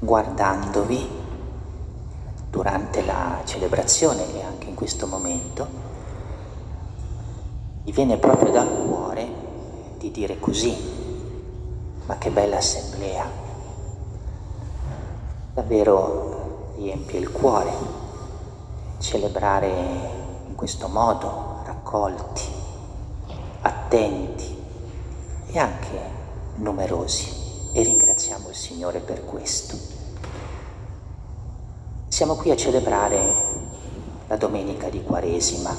guardandovi durante la celebrazione e anche in questo momento, mi viene proprio dal cuore di dire così: ma che bella assemblea, davvero riempie il cuore celebrare in questo modo, raccolti, attenti e anche numerosi, e ringraziamo il Signore per questo. Siamo qui a celebrare la domenica di Quaresima.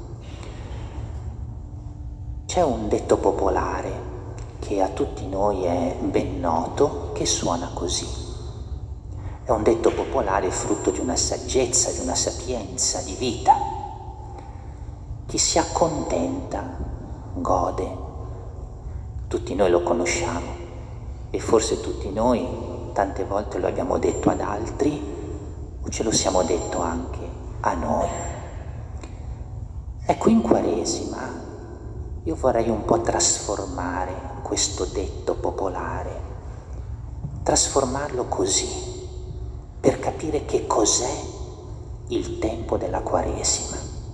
C'è un detto popolare che a tutti noi è ben noto, che suona così. È un detto popolare frutto di una saggezza, di una sapienza di vita. Chi si accontenta gode. Tutti noi lo conosciamo e forse tutti noi tante volte lo abbiamo detto ad altri o ce lo siamo detto anche a noi. Ecco, in Quaresima io vorrei un po' trasformare questo detto popolare, trasformarlo così, per capire che cos'è il tempo della Quaresima.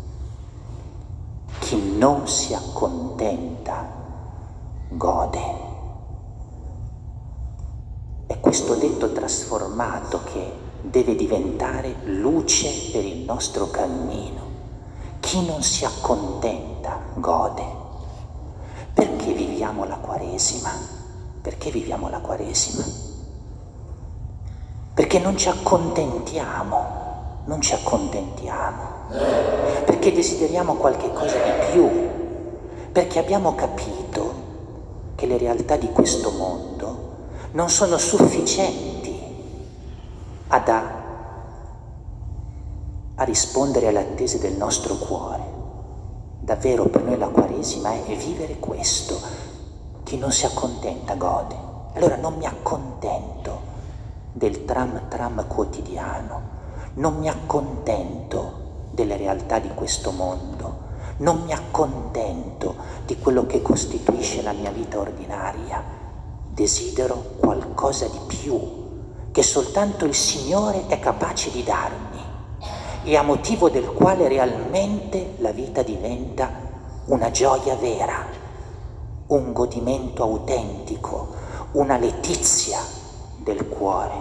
Chi non si accontenta gode. È questo detto trasformato che deve diventare luce per il nostro cammino. Chi non si accontenta gode. Perché viviamo la Quaresima? Perché viviamo la Quaresima? Perché non ci accontentiamo, perché desideriamo qualche cosa di più, perché abbiamo capito che le realtà di questo mondo non sono sufficienti a rispondere alle attese del nostro cuore. Davvero per noi la Quaresima è vivere questo. Chi non si accontenta gode. Allora non mi accontento del tram quotidiano, non mi accontento delle realtà di questo mondo, non mi accontento di quello che costituisce la mia vita ordinaria. Desidero qualcosa di più, che soltanto il Signore è capace di darmi, e a motivo del quale realmente la vita diventa una gioia vera, un godimento autentico, una letizia del cuore.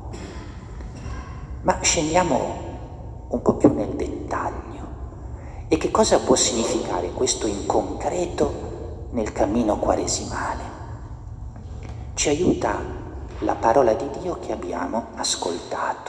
Ma scendiamo un po' più nel dettaglio. E che cosa può significare questo in concreto nel cammino quaresimale? Ci aiuta la parola di Dio che abbiamo ascoltato.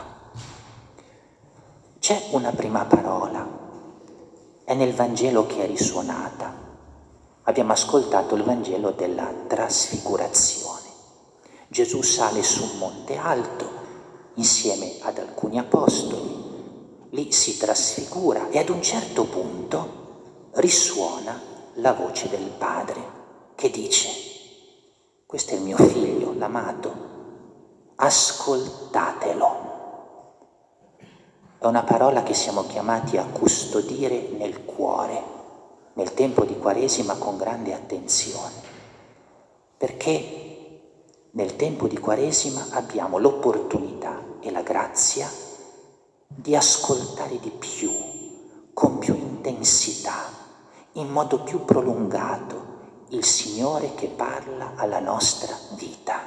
C'è una prima parola, è nel Vangelo che è risuonata. Abbiamo ascoltato il Vangelo della trasfigurazione. Gesù sale su un monte alto insieme ad alcuni apostoli, lì si trasfigura e ad un certo punto risuona la voce del Padre che dice: questo è il mio figlio, l'amato, ascoltatelo. È una parola che siamo chiamati a custodire nel cuore, nel tempo di Quaresima, con grande attenzione, perché nel tempo di Quaresima abbiamo l'opportunità e la grazia di ascoltare di più, con più intensità, in modo più prolungato, il Signore che parla alla nostra vita.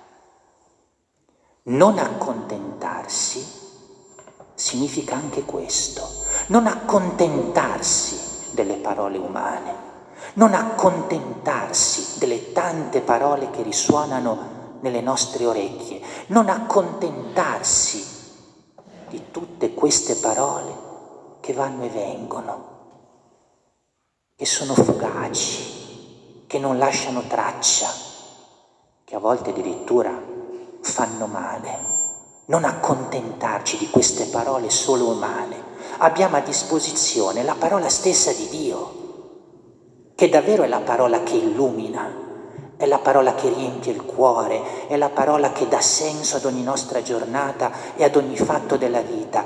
Non accontentarsi significa anche questo, non accontentarsi delle parole umane, non accontentarsi delle tante parole che risuonano nelle nostre orecchie, non accontentarsi di tutte queste parole che vanno e vengono, che sono fugaci, che non lasciano traccia, che a volte addirittura fanno male. Non accontentarci di queste parole solo umane. Abbiamo a disposizione la parola stessa di Dio, che davvero è la parola che illumina, è la parola che riempie il cuore, è la parola che dà senso ad ogni nostra giornata e ad ogni fatto della vita.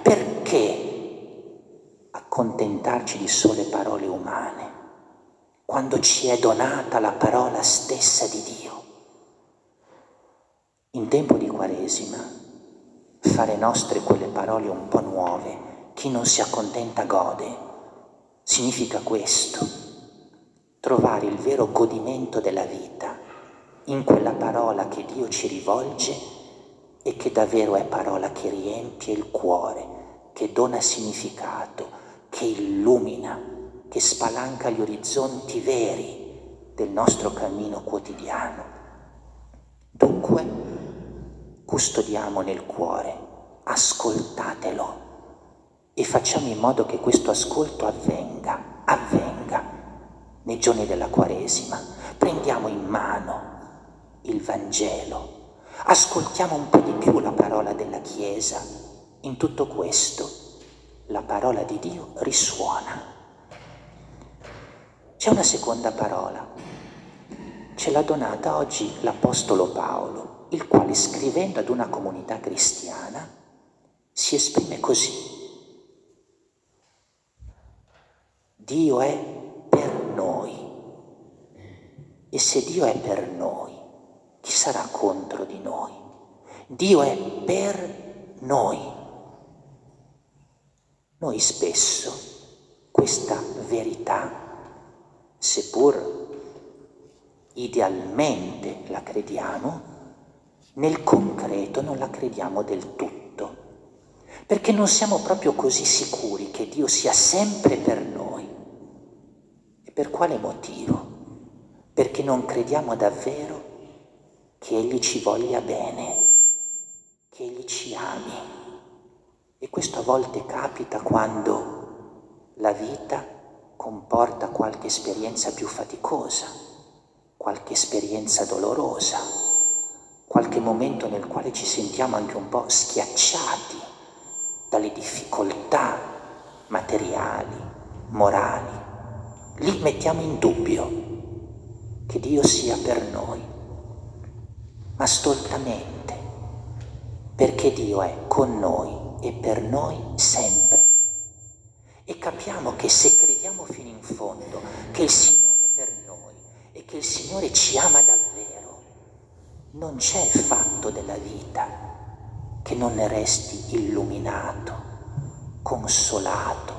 Perché accontentarci di sole parole umane, quando ci è donata la parola stessa di Dio? In tempo di Quaresima fare nostre quelle parole un po' nuove, chi non si accontenta gode, significa questo, trovare il vero godimento della vita in quella parola che Dio ci rivolge e che davvero è parola che riempie il cuore, che dona significato, che illumina, che spalanca gli orizzonti veri del nostro cammino quotidiano. Dunque, custodiamo nel cuore, ascoltatelo e facciamo in modo che questo ascolto avvenga nei giorni della Quaresima. Prendiamo in mano il Vangelo, ascoltiamo un po' di più la parola della Chiesa. In tutto questo la parola di Dio risuona. C'è una seconda parola, ce l'ha donata oggi l'Apostolo Paolo, il quale, scrivendo ad una comunità cristiana, si esprime così: Dio è per noi. E se Dio è per noi, chi sarà contro di noi? Dio è per noi. Noi spesso questa verità, seppur idealmente la crediamo, nel concreto non la crediamo del tutto, perché non siamo proprio così sicuri che Dio sia sempre per noi. E per quale motivo? Perché non crediamo davvero che Egli ci voglia bene, che Egli ci ami. E questo a volte capita quando la vita comporta qualche esperienza più faticosa, qualche esperienza dolorosa, qualche momento nel quale ci sentiamo anche un po' schiacciati dalle difficoltà materiali, morali. Lì mettiamo in dubbio che Dio sia per noi, ma stoltamente, perché Dio è con noi e per noi sempre. E capiamo che se crediamo fino in fondo che il Signore è per noi e che il Signore ci ama davvero, non c'è fatto della vita che non ne resti illuminato, consolato,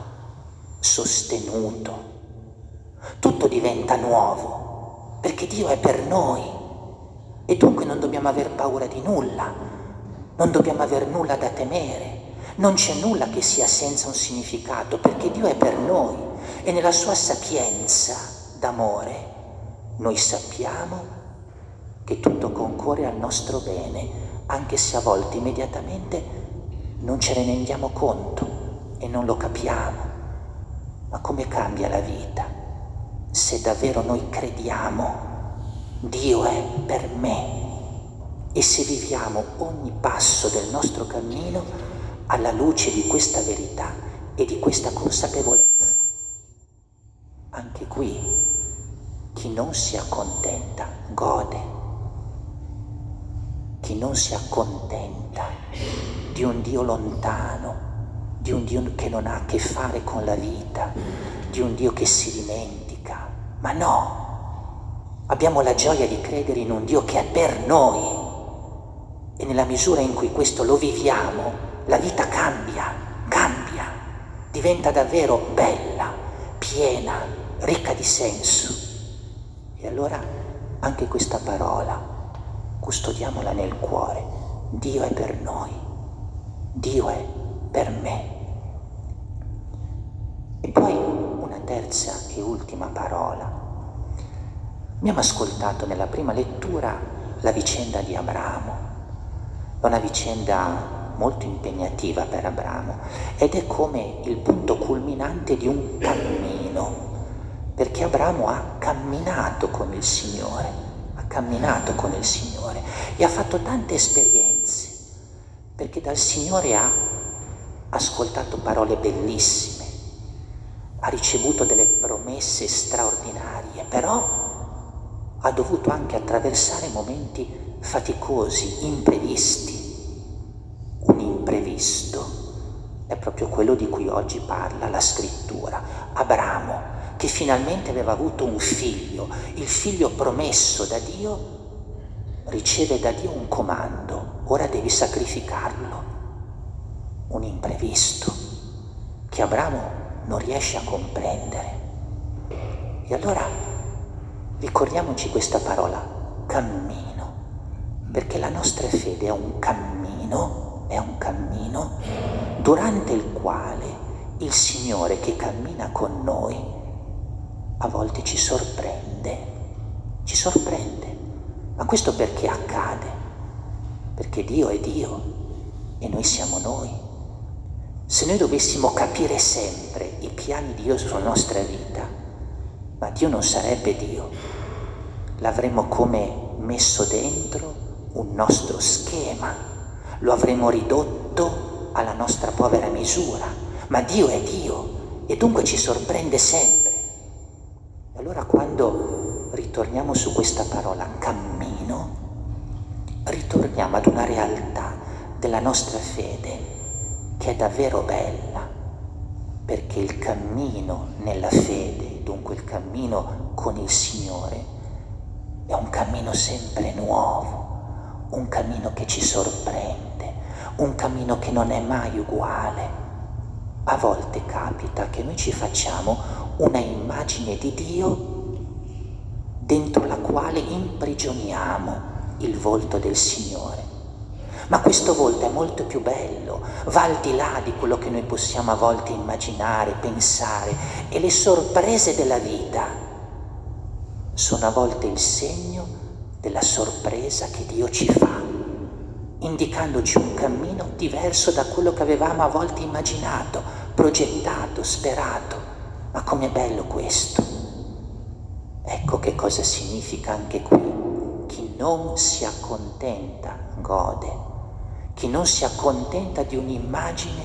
sostenuto. Tutto diventa nuovo, perché Dio è per noi e dunque non dobbiamo aver paura di nulla, non dobbiamo aver nulla da temere, non c'è nulla che sia senza un significato, perché Dio è per noi e nella sua sapienza d'amore noi sappiamo che tutto concorre al nostro bene, anche se a volte immediatamente non ce ne rendiamo conto e non lo capiamo. Ma come cambia la vita se davvero noi crediamo Dio è per me e se viviamo ogni passo del nostro cammino alla luce di questa verità e di questa consapevolezza. Anche qui chi non si accontenta gode, chi non si accontenta di un Dio lontano, di un Dio che non ha a che fare con la vita, di un Dio che si dimentica, ma no, abbiamo la gioia di credere in un Dio che è per noi e nella misura in cui questo lo viviamo, la vita cambia, diventa davvero bella, piena, ricca di senso. E allora anche questa parola, custodiamola nel cuore. Dio è per noi, Dio è per me. E poi una terza e ultima parola. Abbiamo ascoltato nella prima lettura la vicenda di Abramo, una vicenda molto impegnativa per Abramo ed è come il punto culminante di un cammino, perché Abramo ha camminato con il Signore e ha fatto tante esperienze, perché dal Signore ha ascoltato parole bellissime, ha ricevuto delle promesse straordinarie, però ha dovuto anche attraversare momenti faticosi, imprevisti. Un imprevisto è proprio quello di cui oggi parla la Scrittura. Abramo, che finalmente aveva avuto un figlio, il figlio promesso da Dio, riceve da Dio un comando: ora devi sacrificarlo. un imprevisto che Abramo non riesce a comprendere. E allora ricordiamoci questa parola, cammino, perché la nostra fede è un cammino durante il quale il Signore che cammina con noi a volte ci sorprende. Ma questo perché accade? Perché Dio è Dio e noi siamo noi. Se noi dovessimo capire sempre i piani di Dio sulla nostra vita, ma Dio non sarebbe Dio, l'avremmo come messo dentro un nostro schema, lo avremmo ridotto alla nostra povera misura, ma Dio è Dio e dunque ci sorprende sempre. E allora quando ritorniamo su questa parola cammino, ritorniamo ad una realtà della nostra fede che è davvero bella, perché il cammino nella fede, dunque il cammino con il Signore, è un cammino sempre nuovo, un cammino che ci sorprende, un cammino che non è mai uguale. A volte capita che noi ci facciamo una immagine di Dio dentro la quale imprigioniamo il volto del Signore. Ma questo volto è molto più bello, va al di là di quello che noi possiamo a volte immaginare, pensare, e le sorprese della vita sono a volte il segno della sorpresa che Dio ci fa, indicandoci un cammino diverso da quello che avevamo a volte immaginato, progettato, sperato. Ma com'è bello questo! Ecco che cosa significa anche qui. Chi non si accontenta gode. Chi non si accontenta di un'immagine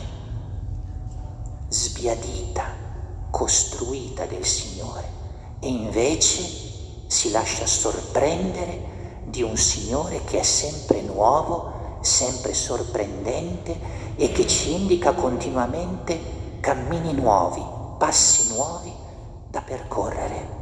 sbiadita, costruita del Signore, e invece si lascia sorprendere di un Signore che è sempre nuovo, sempre sorprendente e che ci indica continuamente cammini nuovi, passi nuovi da percorrere.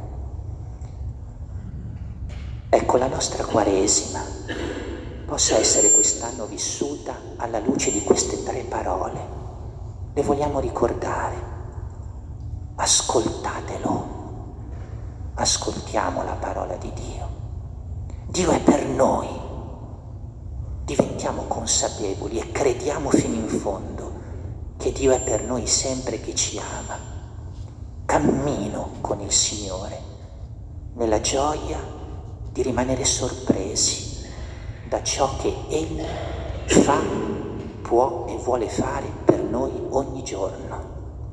Ecco, la nostra Quaresima possa essere quest'anno vissuta alla luce di queste 3 parole. Le vogliamo ricordare. Ascoltatelo. Ascoltiamo la parola di Dio. Dio è per noi. Diventiamo consapevoli e crediamo fino in fondo che Dio è per noi sempre, che ci ama. Cammino con il Signore nella gioia di rimanere sorpresi da ciò che Egli fa, può e vuole fare per noi ogni giorno.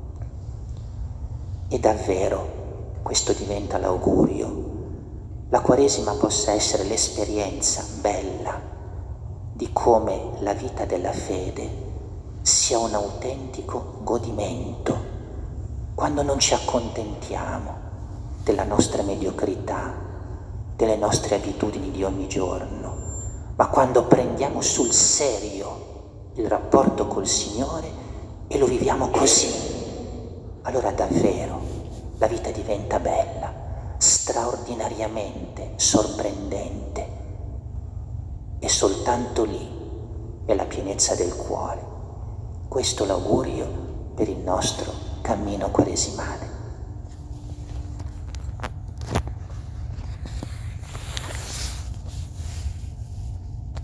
E davvero questo diventa l'augurio. La Quaresima possa essere l'esperienza bella di come la vita della fede sia un autentico godimento, quando non ci accontentiamo della nostra mediocrità, delle nostre abitudini di ogni giorno, ma quando prendiamo sul serio il rapporto col Signore e lo viviamo così, allora davvero la vita diventa bella, straordinariamente sorprendente, e soltanto lì è la pienezza del cuore. Questo è l'augurio per il nostro cammino quaresimale.